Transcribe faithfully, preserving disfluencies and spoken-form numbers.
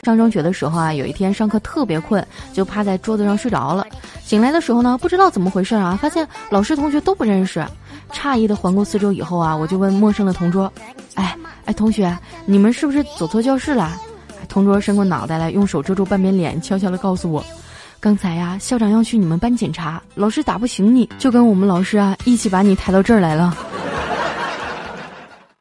上中学的时候啊，有一天上课特别困，就趴在桌子上睡着了。醒来的时候呢，不知道怎么回事啊，发现老师同学都不认识。诧异的环顾四周以后啊，我就问陌生的同桌：“哎哎，同学，你们是不是走错教室了？”同桌伸过脑袋来，用手遮住半边脸，悄悄地告诉我：“刚才呀，校长要去你们班检查，老师打不醒你，就跟我们老师啊一起把你抬到这儿来了。”